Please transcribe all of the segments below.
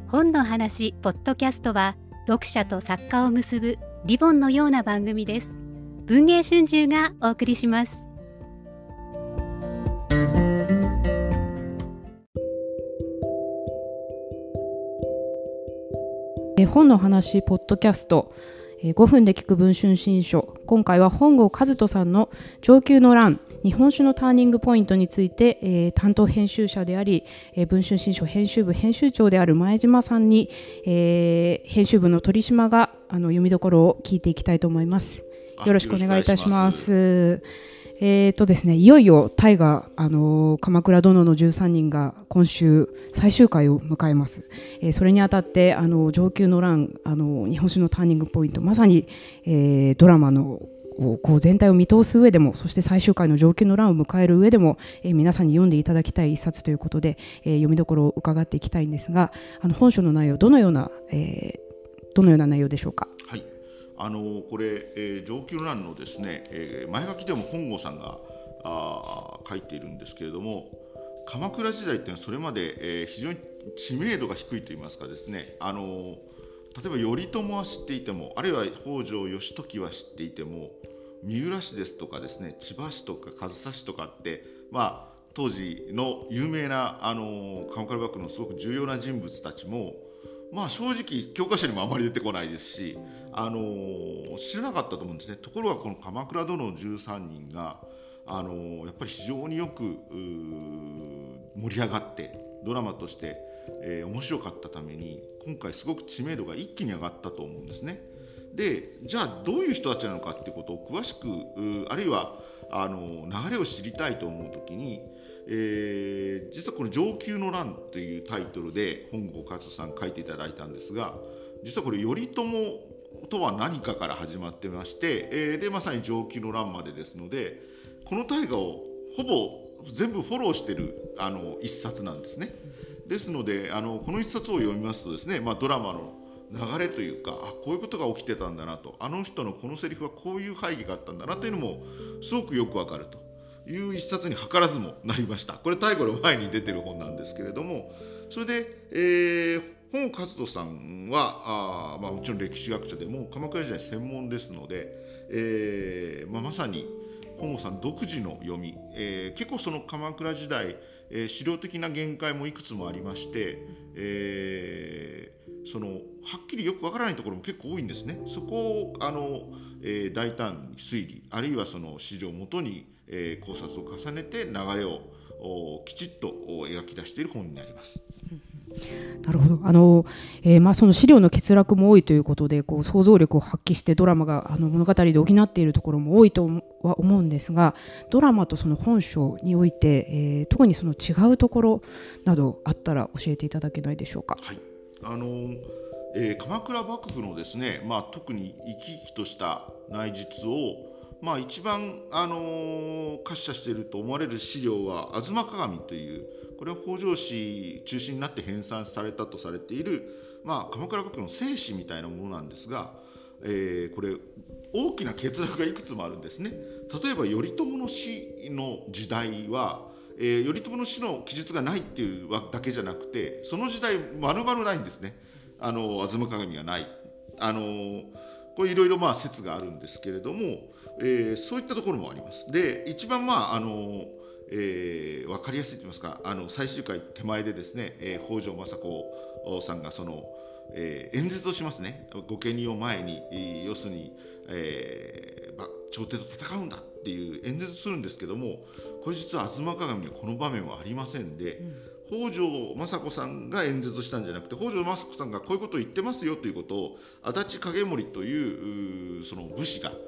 本の話ポッドキャストは読者と作家を結ぶリボンのような番組です。文藝春秋がお送りします。 本の話ポッドキャスト、5分で聞く文春新書。今回は本郷和人さんの上級の欄、日本酒のターニングポイントについて、担当編集者であり、文春新書編集部編集長である前島さんに、編集部の鳥島が読みどころを聞いていきたいと思います。よろしくお願いいたします。ですね、いよいよ大河鎌倉殿の13人が今週最終回を迎えます。それにあたって上級の欄、日本史のターニングポイント、まさに、ドラマのこう全体を見通す上でも、そして最終回の上級の欄を迎える上でも、皆さんに読んでいただきたい一冊ということで、読みどころを伺っていきたいんですが、本書の内容、どのような内容でしょうか。 はい、これ、上級の欄のですね、前書きでも本郷さんが書いているんですけれども、鎌倉時代っていうのはそれまで、非常に知名度が低いといいますかですね、例えば頼朝は知っていても、あるいは北条義時は知っていても、三浦氏ですとかですね、千葉氏とか上総氏とかって、当時の有名な鎌倉幕府のすごく重要な人物たちも、正直教科書にもあまり出てこないですし、知らなかったと思うんですね。ところがこの鎌倉殿の13人がやっぱり非常によく盛り上がってドラマとして、面白かったために、今回すごく知名度が一気に上がったと思うんですね。で、じゃあどういう人たちなのかっていうことを詳しく、あるいは流れを知りたいと思うときに、実はこの上級の欄というタイトルで本郷和人さん書いていただいたんですが、実はこれ頼朝とは何かから始まってまして、でまさに上級の欄までですので、この大河をほぼ全部フォローしている一冊なんですね。ですのでこの一冊を読みますとですね、ドラマの流れというか、こういうことが起きてたんだなと、あの人のこのセリフはこういう背景があったんだなというのもすごくよくわかるという一冊に図らずもなりました。これ大河の前に出てる本なんですけれども、それで、本郷和人さんはもちろん歴史学者でも鎌倉時代専門ですので、まさに本郷さん独自の読み、結構その鎌倉時代、資料的な限界もいくつもありまして、はっきりよくわからないところも結構多いんですね。そこを大胆に推理、あるいはその資料をもとに、考察を重ねて流れをきちっと描き出している本になります。 なるほど。その資料の欠落も多いということで、想像力を発揮してドラマが物語で補っているところも多いとは思うんですが、ドラマとその本書において、特にその違うところなどあったら教えていただけないでしょうか。 はい、鎌倉幕府のですね、特に生き生きとした内実を一番可視化していると思われる資料は吾妻鏡という、これは北条氏中心になって編纂されたとされている、鎌倉幕府の正史みたいなものなんですが、これ大きな欠落がいくつもあるんですね。例えば頼朝の死の時代は、頼朝の死の記述がないっていうだけじゃなくて、その時代丸々ないんですね。吾妻鏡がない。これいろいろ説があるんですけれども、そういったところもあります。で、一番分かりやすいと言いますか、最終回手前でですね、北条政子さんが演説をしますね。御家人を前に、要するに、朝廷と戦うんだっていう演説をするんですけども、これ実は吾妻鏡にはこの場面はありませんで、北条政子さんが演説したんじゃなくて、北条政子さんがこういうことを言ってますよということを足立景盛というその武士が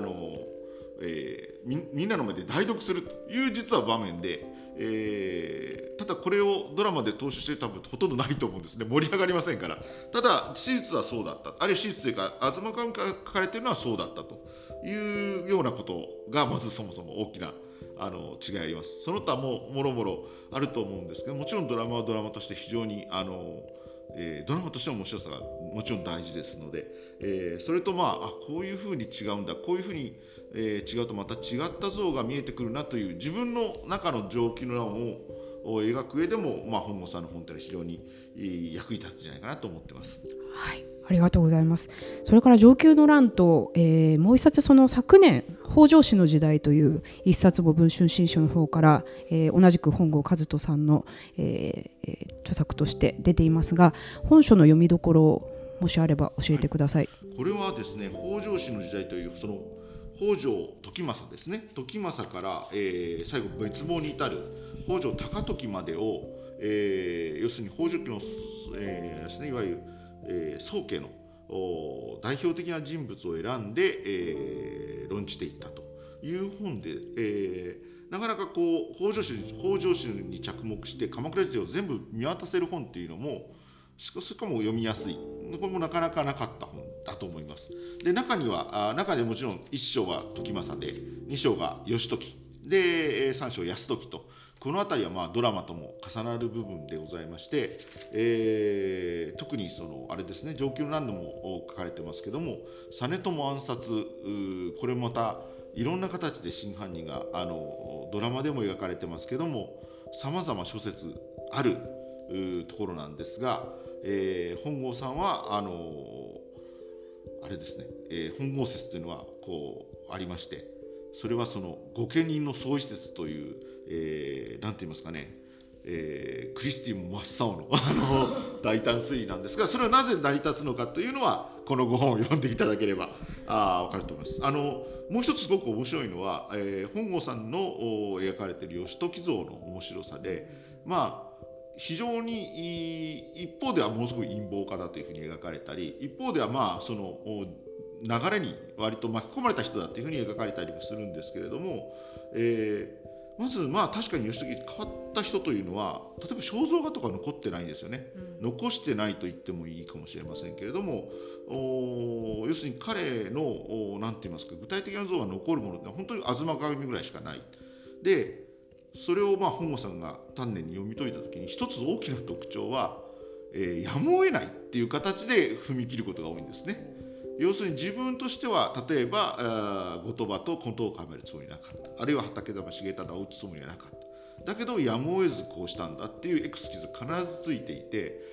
みんなの前で代読するという実は場面で、ただこれをドラマで踏襲している多分ほとんどないと思うんですね。盛り上がりませんから。ただ史実はそうだった、あるいは史実というか吾妻鏡が書かれているのはそうだったというようなことがまずそもそも大きな違いあります。その他ももろもろあると思うんですけど、もちろんドラマはドラマとして非常にドラマとしての面白さがもちろん大事ですので、それとこういうふうに違うんだ、こういうふうに、違うとまた違った像が見えてくるなという自分の中の上級の欄を描く上でも、本郷さんの本というのは非常に役に立つんじゃないかなと思ってます。 はい、ありがとうございます。それから承久の乱と、もう一冊その昨年北条氏の時代という一冊も文春新書の方から、同じく本郷和人さんの、著作として出ていますが、本書の読みどころをもしあれば教えてください。 これはですね、北条氏の時代というその北条時政ですね、時政から、最後滅亡に至る北条高時までを、要するに北条家の、ですね、いわゆる、宗家の代表的な人物を選んで、論じていったという本で、なかなかこう北条氏に着目して鎌倉時代を全部見渡せる本っていうのもしかも読みやすい、これもなかなかなかった本だと思います。で、中でもちろん1章は時政で、2章が義時で、3章泰時と、この辺りはドラマとも重なる部分でございまして、特にあれですね、承久の乱でも書かれてますけども、実朝暗殺、これまたいろんな形で真犯人がドラマでも描かれてますけども、さまざま諸説あるところなんですが、本郷さんはあれですね、本郷説というのはありまして、それは御家人の創始説という、なんて言いますかね、クリスティも真っ青の大胆推理なんですが、それはなぜ成り立つのかというのはこのご本を読んでいただければ分かると思います。もう一つすごく面白いのは、本郷さんの描かれている義時像の面白さで、非常に一方ではものすごい陰謀家だというふうに描かれたり、一方ではその流れに割と巻き込まれた人だというふうに描かれたりもするんですけれども、まず確かに義時変わった人というのは例えば肖像画とか残ってないんですよね、残してないと言ってもいいかもしれませんけれども、要するに彼の何て言いますか、具体的な像が残るものって本当に吾妻鏡ぐらいしかない。でそれを本郷さんが丹念に読み解いた時に一つ大きな特徴は、やむを得ないっていう形で踏み切ることが多いんですね。要するに自分としては例えば後鳥羽と事を構えるつもりなかった、あるいは畠山重忠を討つつもりはなかった、だけどやむを得ずこうしたんだっていうエクスキューズが必ずついていて、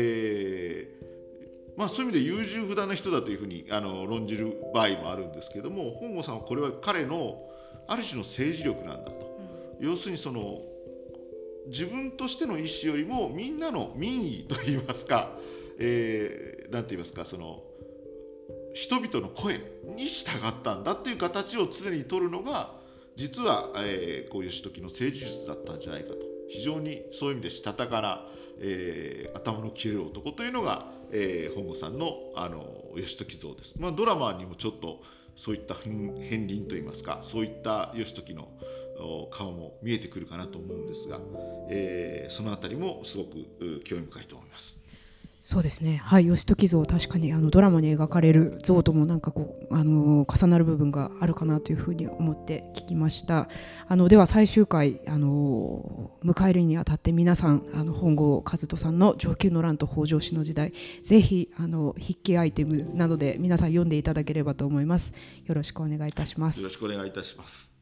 そういう意味で優柔不断な人だというふうに論じる場合もあるんですけども、本郷さんはこれは彼のある種の政治力なんだと、要するに自分としての意思よりもみんなの民意といいますか、なんて言いますか、人々の声に従ったんだっていう形を常に取るのが実は、義時の政治術だったんじゃないかと、非常にそういう意味でしたたかな、頭の切れる男というのが、本郷さんの義時像です。ドラマにもちょっとそういった片鱗といいますか、そういった義時の顔も見えてくるかなと思うんですが、そのあたりもすごく興味深いと思います。 そうですね、はい、義時像、確かにドラマに描かれる像ともなんか重なる部分があるかなというふうに思って聞きました。では最終回迎えるにあたって皆さん本郷和人さんの承久の乱と北条氏の時代、ぜひ筆記アイテムなどで皆さん読んでいただければと思います。よろしくお願いいたします。 よろしくお願いいたします。